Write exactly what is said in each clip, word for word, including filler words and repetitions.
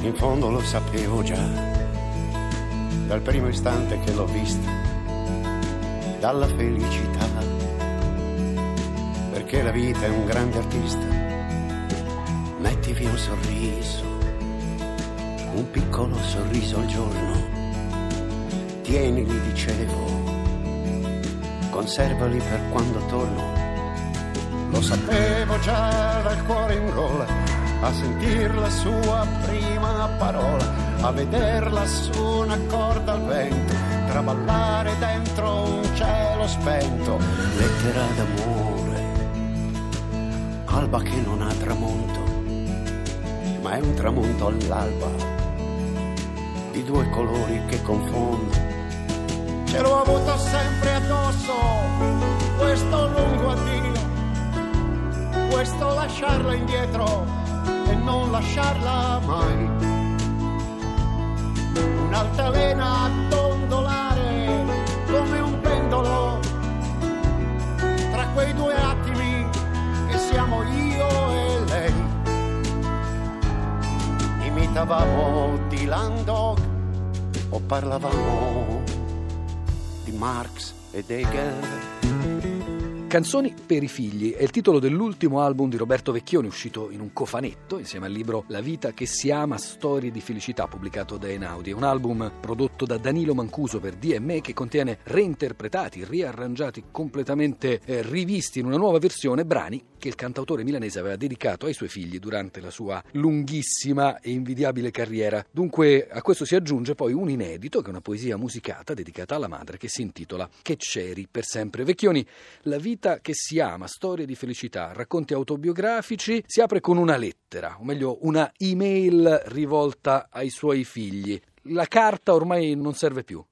In fondo lo sapevo già, dal primo istante che l'ho vista, dalla felicità, perché la vita è un grande artista. Metti via un sorriso, un piccolo sorriso al giorno, tienili, dicevo, conservali per quando torno. Lo sapevo già dal cuore in gola, a sentir la sua prima parola, a vederla su una corda al vento, traballare dentro un cielo spento. Lettera d'amore, alba che non ha tramonto, ma è un tramonto all'alba, di due colori che confondo. Ce l'ho avuto sempre addosso, questo lungo addio, questo lasciarla indietro e non lasciarla mai. Un'altalena a dondolare come un pendolo tra quei due attimi che siamo io e lei. Imitavamo Dylan Dog o parlavamo di Marx ed Hegel. Canzoni per i figli è il titolo dell'ultimo album di Roberto Vecchioni, uscito in un cofanetto insieme al libro La vita che si ama, storie di felicità, pubblicato da Einaudi. È un album prodotto da Danilo Mancuso per D M A che contiene reinterpretati, riarrangiati, completamente eh, rivisti in una nuova versione, brani che il cantautore milanese aveva dedicato ai suoi figli durante la sua lunghissima e invidiabile carriera. Dunque a questo si aggiunge poi un inedito, che è una poesia musicata dedicata alla madre, che si intitola Che c'eri per sempre. Vecchioni, La vita che si ama, storie di felicità, racconti autobiografici, si apre con una lettera, o meglio una email rivolta ai suoi figli. La carta ormai non serve più.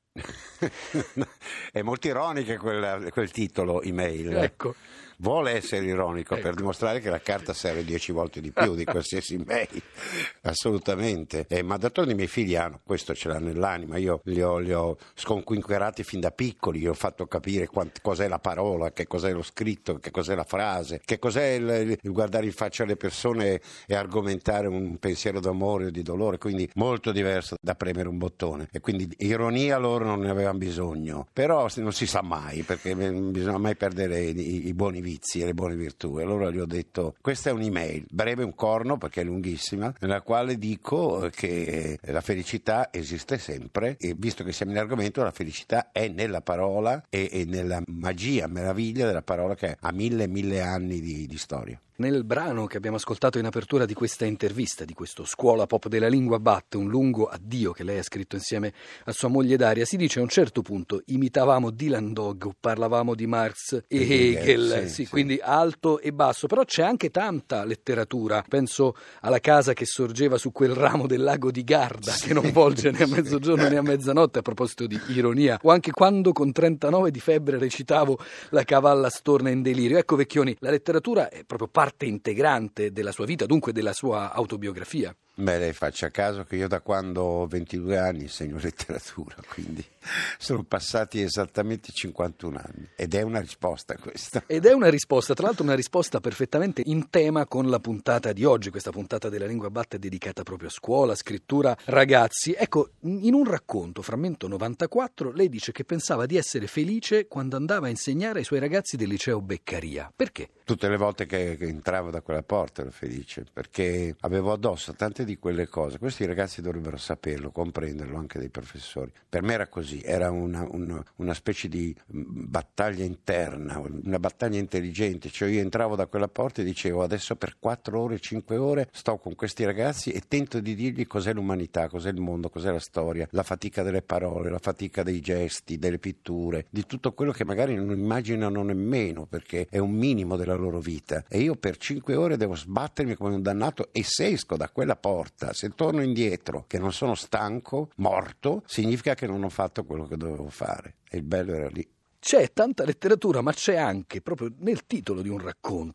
È molto ironica quel, quel titolo, email. Ecco. Vuole essere ironico, ecco, per dimostrare che la carta serve dieci volte di più di qualsiasi email, assolutamente. Eh, ma d'altronde i miei figli hanno, questo ce l'hanno nell'anima, io li ho, li ho sconquinquerati fin da piccoli, gli ho fatto capire quant, cos'è la parola, che cos'è lo scritto, che cos'è la frase, che cos'è il, il guardare in faccia alle persone e argomentare un pensiero d'amore o di dolore, quindi molto diverso da premere un bottone. E quindi ironia loro non ne avevano bisogno, però non si sa mai, perché non bisogna mai perdere i, i buoni vizi e le buone virtù. E allora gli ho detto: questa è un'email breve, un corno perché è lunghissima, nella quale dico che la felicità esiste sempre, e visto che siamo in argomento, la felicità è nella parola e, e nella magia, meraviglia della parola, che ha mille mille anni di, di storia. Nel brano che abbiamo ascoltato in apertura di questa intervista, di questo Scuola Pop della Lingua Batte, un lungo addio che lei ha scritto insieme a sua moglie Daria, si dice a un certo punto: imitavamo Dylan Dog o parlavamo di Marx e Hegel, sì, sì, sì. Quindi alto e basso, però c'è anche tanta letteratura. Penso alla casa che sorgeva su quel ramo del lago di Garda, sì, che non volge né a mezzogiorno né a mezzanotte, a proposito di ironia, o anche quando con trentanove di febbre recitavo La cavalla storna in delirio. Ecco Vecchioni, la letteratura è proprio parte integrante della sua vita, dunque della sua autobiografia. Beh, lei faccia caso che io da quando ho ventidue anni insegno letteratura, quindi sono passati esattamente cinquantuno anni, ed è una risposta questa. Ed è una risposta, tra l'altro una risposta perfettamente in tema con la puntata di oggi. Questa puntata della Lingua Batte è dedicata proprio a scuola, scrittura, ragazzi. Ecco, in un racconto, frammento novantaquattro, lei dice che pensava di essere felice quando andava a insegnare ai suoi ragazzi del liceo Beccaria. Perché? Tutte le volte che, che entravo da quella porta ero felice, perché avevo addosso tante di quelle cose. Questi ragazzi dovrebbero saperlo, comprenderlo, anche dei professori. Per me era così, era una, una, una specie di battaglia interna, una battaglia intelligente. Cioè io entravo da quella porta e dicevo: adesso per quattro ore, cinque ore sto con questi ragazzi e tento di dirgli cos'è l'umanità, cos'è il mondo, cos'è la storia, la fatica delle parole, la fatica dei gesti, delle pitture, di tutto quello che magari non immaginano nemmeno, perché è un minimo della loro vita. E io per cinque ore devo sbattermi come un dannato, e se esco da quella porta, se torno indietro che non sono stanco, morto, significa che non ho fatto quello che dovevo fare. E il bello era lì. C'è tanta letteratura, ma c'è anche, proprio nel titolo di un racconto,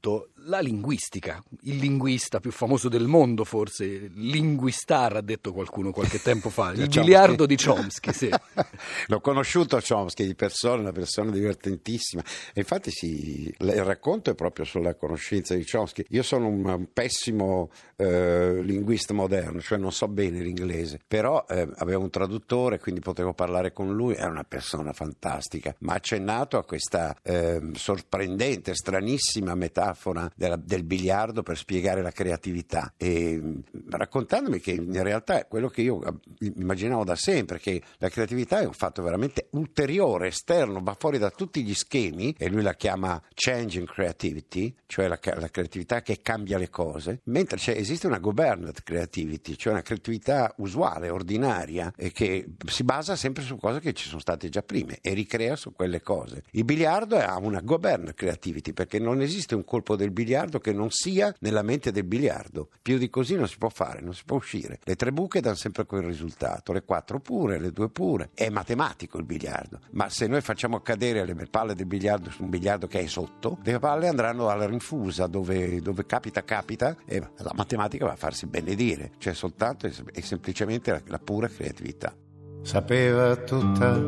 la linguistica, il linguista più famoso del mondo forse, linguistar ha detto qualcuno qualche tempo fa, il Chomsky. biliardo di Chomsky, sì. L'ho conosciuto Chomsky di persona, una persona divertentissima, e infatti sì, il racconto è proprio sulla conoscenza di Chomsky. Io sono un, un pessimo eh, linguista moderno, cioè non so bene l'inglese, però eh, avevo un traduttore, quindi potevo parlare con lui, era una persona fantastica, ma ha accennato a questa eh, sorprendente, stranissima metafora della, del biliardo per spiegare la creatività, e raccontandomi che in realtà è quello che io immaginavo da sempre, che la creatività è un fatto veramente ulteriore, esterno, va fuori da tutti gli schemi, e lui la chiama changing creativity, cioè la, la creatività che cambia le cose, mentre c'è, esiste una governed creativity, cioè una creatività usuale, ordinaria, e che si basa sempre su cose che ci sono state già prime e ricrea su quelle cose. Il biliardo ha una governed creativity, perché non esiste un colpo del biliardo che non sia nella mente del biliardo. Più di così non si può fare, non si può uscire. Le tre buche danno sempre quel risultato, le quattro pure, le due pure. È matematico il biliardo, ma se noi facciamo cadere le palle del biliardo su un biliardo che è sotto, le palle andranno alla rinfusa, dove, dove capita capita, e la matematica va a farsi benedire, cioè soltanto e semplicemente la, la pura creatività. Sapeva tutta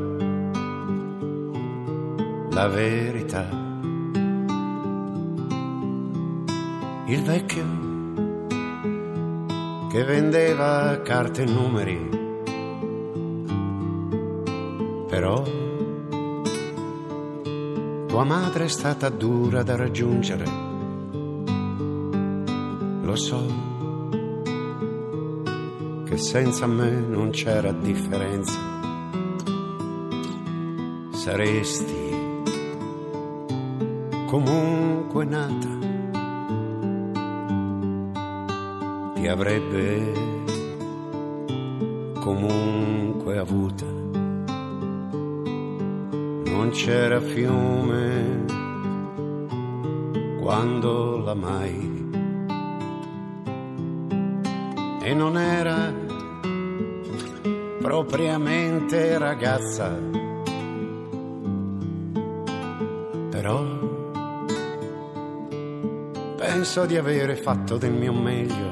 la verità, il vecchio che vendeva carte e numeri, però tua madre è stata dura da raggiungere, lo so che senza me non c'era differenza, saresti comunque nata, ti avrebbe comunque avuta, non c'era fiume quando l'amai, e non era propriamente ragazza, però penso di avere fatto del mio meglio,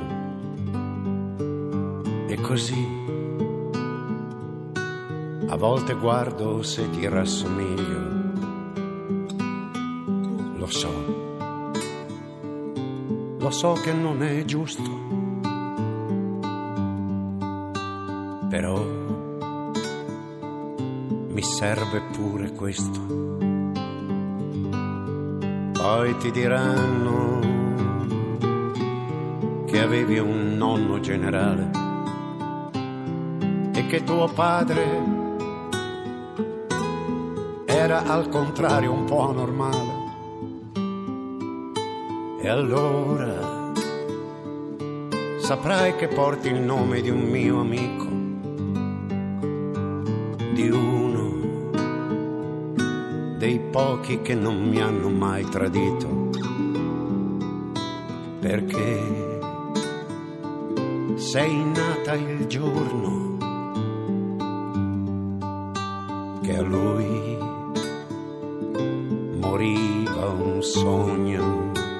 e così a volte guardo se ti rassomiglio, lo so, lo so che non è giusto, però mi serve pure questo. Poi ti diranno che avevi un nonno generale e che tuo padre era al contrario un po' anormale, e allora saprai che porti il nome di un mio amico, di uno dei pochi che non mi hanno mai tradito, perché sei nata il giorno che a lui moriva un sogno.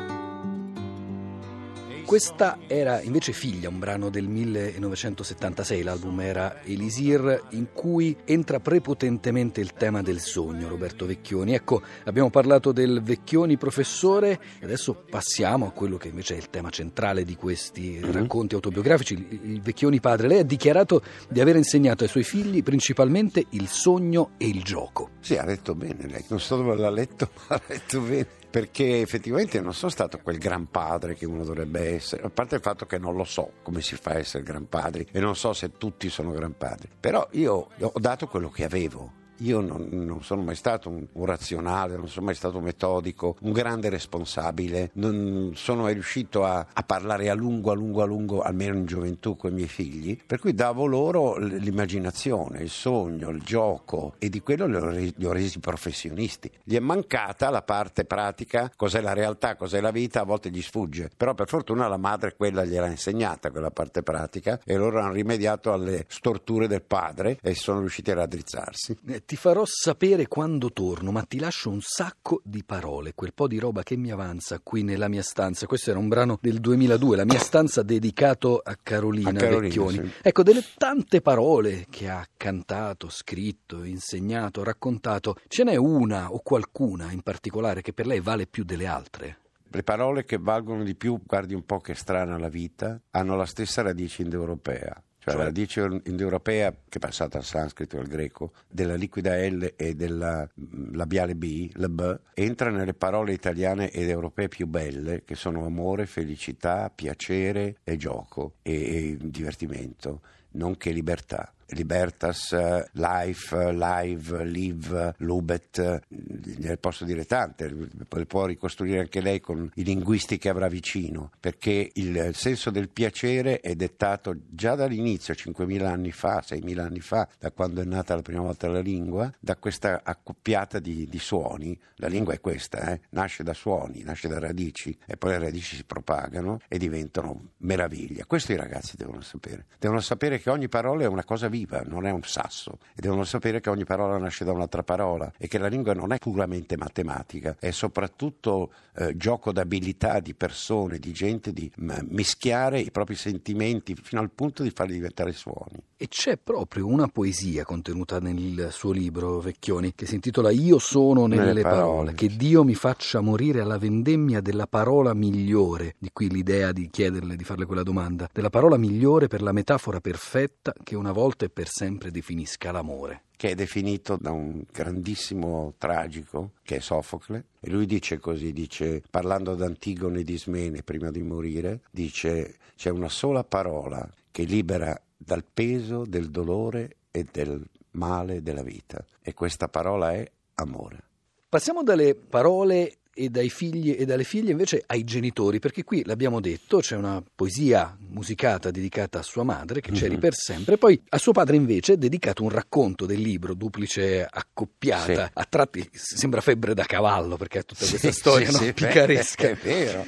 Questa era invece Figlia, un brano del millenovecentosettantasei, l'album era Elisir, in cui entra prepotentemente il tema del sogno, Roberto Vecchioni. Ecco, abbiamo parlato del Vecchioni professore, e adesso passiamo a quello che invece è il tema centrale di questi mm-hmm. racconti autobiografici, il, il Vecchioni padre. Lei ha dichiarato di aver insegnato ai suoi figli principalmente il sogno e il gioco. Sì, ha detto bene lei, non so dove l'ha letto, ma ha detto bene. Perché effettivamente non sono stato quel gran padre che uno dovrebbe essere, a parte il fatto che non lo so come si fa a essere gran padri e non so se tutti sono gran padri, però io ho dato quello che avevo. Io non, non sono mai stato un, un razionale, non sono mai stato metodico, un grande responsabile, non sono mai riuscito a, a parlare a lungo, a lungo, a lungo, almeno in gioventù con i miei figli, per cui davo loro l'immaginazione, il sogno, il gioco, e di quello li ho, resi, li ho resi professionisti. Gli è mancata la parte pratica, cos'è la realtà, cos'è la vita, a volte gli sfugge, però per fortuna la madre quella gliel'ha insegnata, quella parte pratica, e loro hanno rimediato alle storture del padre e sono riusciti a raddrizzarsi. ti farò sapere quando torno, ma ti lascio un sacco di parole, quel po' di roba che mi avanza qui nella mia stanza. Questo era un brano del duemiladue, La mia stanza, dedicato a Carolina, a Carolina Vecchioni. Sì. Ecco, delle tante parole che ha cantato, scritto, insegnato, raccontato, ce n'è una o qualcuna in particolare che per lei vale più delle altre? Le parole che valgono di più, guardi un po' che strana la vita, hanno la stessa radice indoeuropea. Cioè, cioè la radice indoeuropea, che è passata al sanscrito e al greco, della liquida L e della labiale B, la B, entra nelle parole italiane ed europee più belle, che sono amore, felicità, piacere e gioco e, e divertimento, nonché libertà. Libertas, life, live, live, lubet, ne posso dire tante, le può ricostruire anche lei con i linguisti che avrà vicino, perché il senso del piacere è dettato già dall'inizio, cinquemila anni fa, seimila anni fa, da quando è nata la prima volta la lingua, da questa accoppiata di, di suoni. La lingua è questa, eh? Nasce da suoni, nasce da radici, e poi le radici si propagano e diventano meraviglia. Questo i ragazzi devono sapere. Devono sapere che ogni parola è una cosa viva, non è un sasso, e devono sapere che ogni parola nasce da un'altra parola e che la lingua non è puramente matematica, è soprattutto eh, gioco d'abilità di persone, di gente, di m- mischiare i propri sentimenti fino al punto di farli diventare suoni. E c'è proprio una poesia contenuta nel suo libro, Vecchioni, che si intitola Io sono nelle, nelle parole, parole, che Dio mi faccia morire alla vendemmia della parola migliore, di qui l'idea di chiederle, di farle quella domanda, della parola migliore per la metafora perfetta che una volta e per sempre definisca l'amore. Che è definito da un grandissimo tragico, che è Sofocle, e lui dice così, dice, parlando d'Antigone e di Ismene prima di morire, dice: c'è una sola parola che libera dal peso del dolore e del male della vita, e questa parola è amore. Passiamo dalle parole e dai figli e dalle figlie invece ai genitori, perché qui l'abbiamo detto, c'è una poesia musicata dedicata a sua madre che c'eri mm-hmm. per sempre, poi a suo padre invece è dedicato un racconto del libro, duplice accoppiata, sì. A tratti sembra Febbre da cavallo, perché ha tutta questa sì, storia sì, no? sì, picaresca. È vero.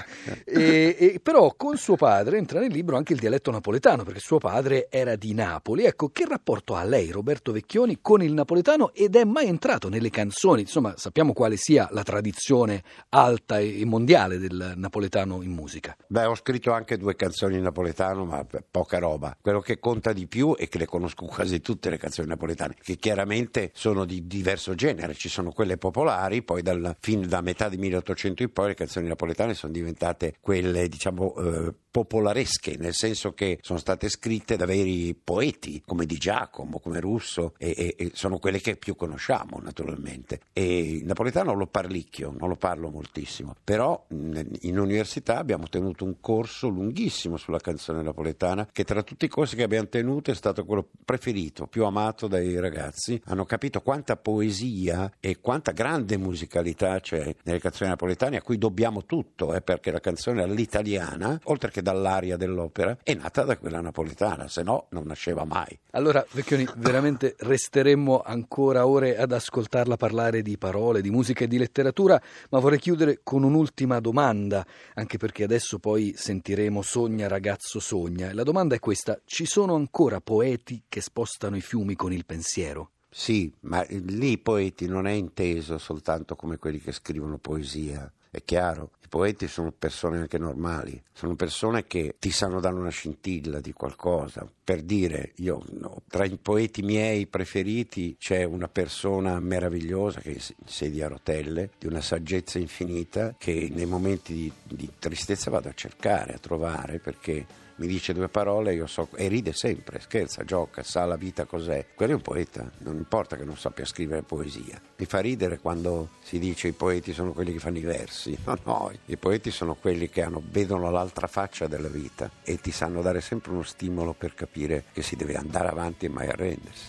e, e, però con suo padre entra nel libro anche il dialetto napoletano, perché suo padre era di Napoli. Ecco, che rapporto ha lei, Roberto Vecchioni, con il napoletano, ed è mai entrato nelle canzoni? Insomma, sappiamo quale sia la tradizione alta e mondiale del napoletano in musica. Beh, ho scritto anche due canzoni in napoletano, ma poca roba. Quello che conta di più è che le conosco quasi tutte le canzoni napoletane, che chiaramente sono di diverso genere. Ci sono quelle popolari, poi dal, fin da metà del milleottocento in poi le canzoni napoletane sono diventate quelle, diciamo, eh, popolaresche, nel senso che sono state scritte da veri poeti, come Di Giacomo, come Russo, e, e, e sono quelle che più conosciamo, naturalmente. E il napoletano lo parlicchio, non lo parlo moltissimo, però in università abbiamo tenuto un corso lunghissimo sulla canzone napoletana, che tra tutti i corsi che abbiamo tenuto è stato quello preferito, più amato dai ragazzi. Hanno capito quanta poesia e quanta grande musicalità c'è nelle canzoni napoletane, a cui dobbiamo tutto, eh, perché la canzone all'italiana, oltre che dall'aria dell'opera, è nata da quella napoletana, se no non nasceva mai. Allora, Vecchioni, veramente resteremmo ancora ore ad ascoltarla parlare di parole, di musica e di letteratura, ma vorrei chiudere con un'ultima domanda, anche perché adesso poi sentiremo Sogna ragazzo sogna. E la domanda è questa: ci sono ancora poeti che spostano i fiumi con il pensiero? Sì, ma lì poeti non è inteso soltanto come quelli che scrivono poesia. È chiaro, i poeti sono persone anche normali, sono persone che ti sanno dare una scintilla di qualcosa. Per dire, io no, tra i poeti miei preferiti c'è una persona meravigliosa che sedia a rotelle, di una saggezza infinita, che nei momenti di, di tristezza vado a cercare, a trovare, perché mi dice due parole, io so, e ride sempre, scherza, gioca, sa la vita cos'è. Quello è un poeta, non importa che non sappia scrivere poesia. Mi fa ridere quando si dice i poeti sono quelli che fanno i versi. No, no, i poeti sono quelli che hanno, vedono l'altra faccia della vita e ti sanno dare sempre uno stimolo per capire che si deve andare avanti e mai arrendersi.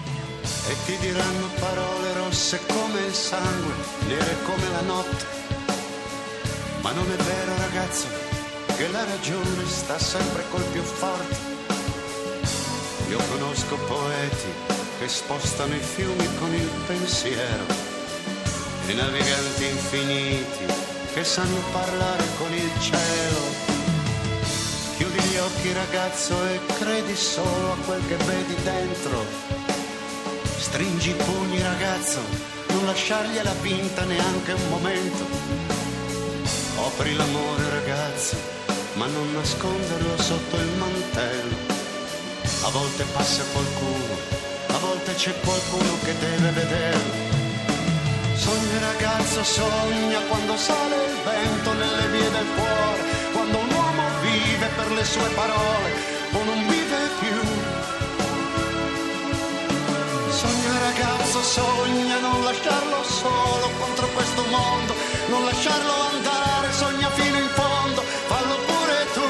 E ti diranno parole rosse come il sangue, nere come la notte. Ma non è vero, ragazzo, che la ragione sta sempre col più forte. Io conosco poeti che spostano i fiumi con il pensiero, e naviganti infiniti che sanno parlare con il cielo. Chiudi gli occhi, ragazzo, e credi solo a quel che vedi dentro. Stringi i pugni ragazzo, non lasciargliela vinta neanche un momento. Offri l'amore ragazzo, ma non nasconderlo sotto il mantello. A volte passa qualcuno, a volte c'è qualcuno che deve vederlo. Sogna ragazzo, sogna quando sale il vento nelle vie del cuore, quando un uomo vive per le sue parole o non vive più. Sogna ragazzo, sogna non lasciarlo solo contro questo mondo, non lasciarlo andare, sogna fino in fondo, fallo pure tu.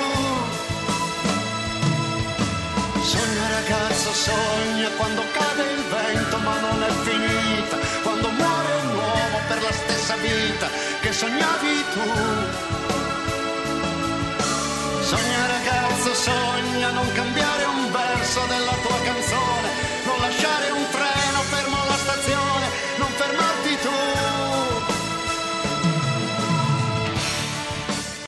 Sogna ragazzo, sogna quando cade il vento ma non è finita, quando muore un uomo per la stessa vita che sognavi tu. Sogna ragazzo, sogna non cambiare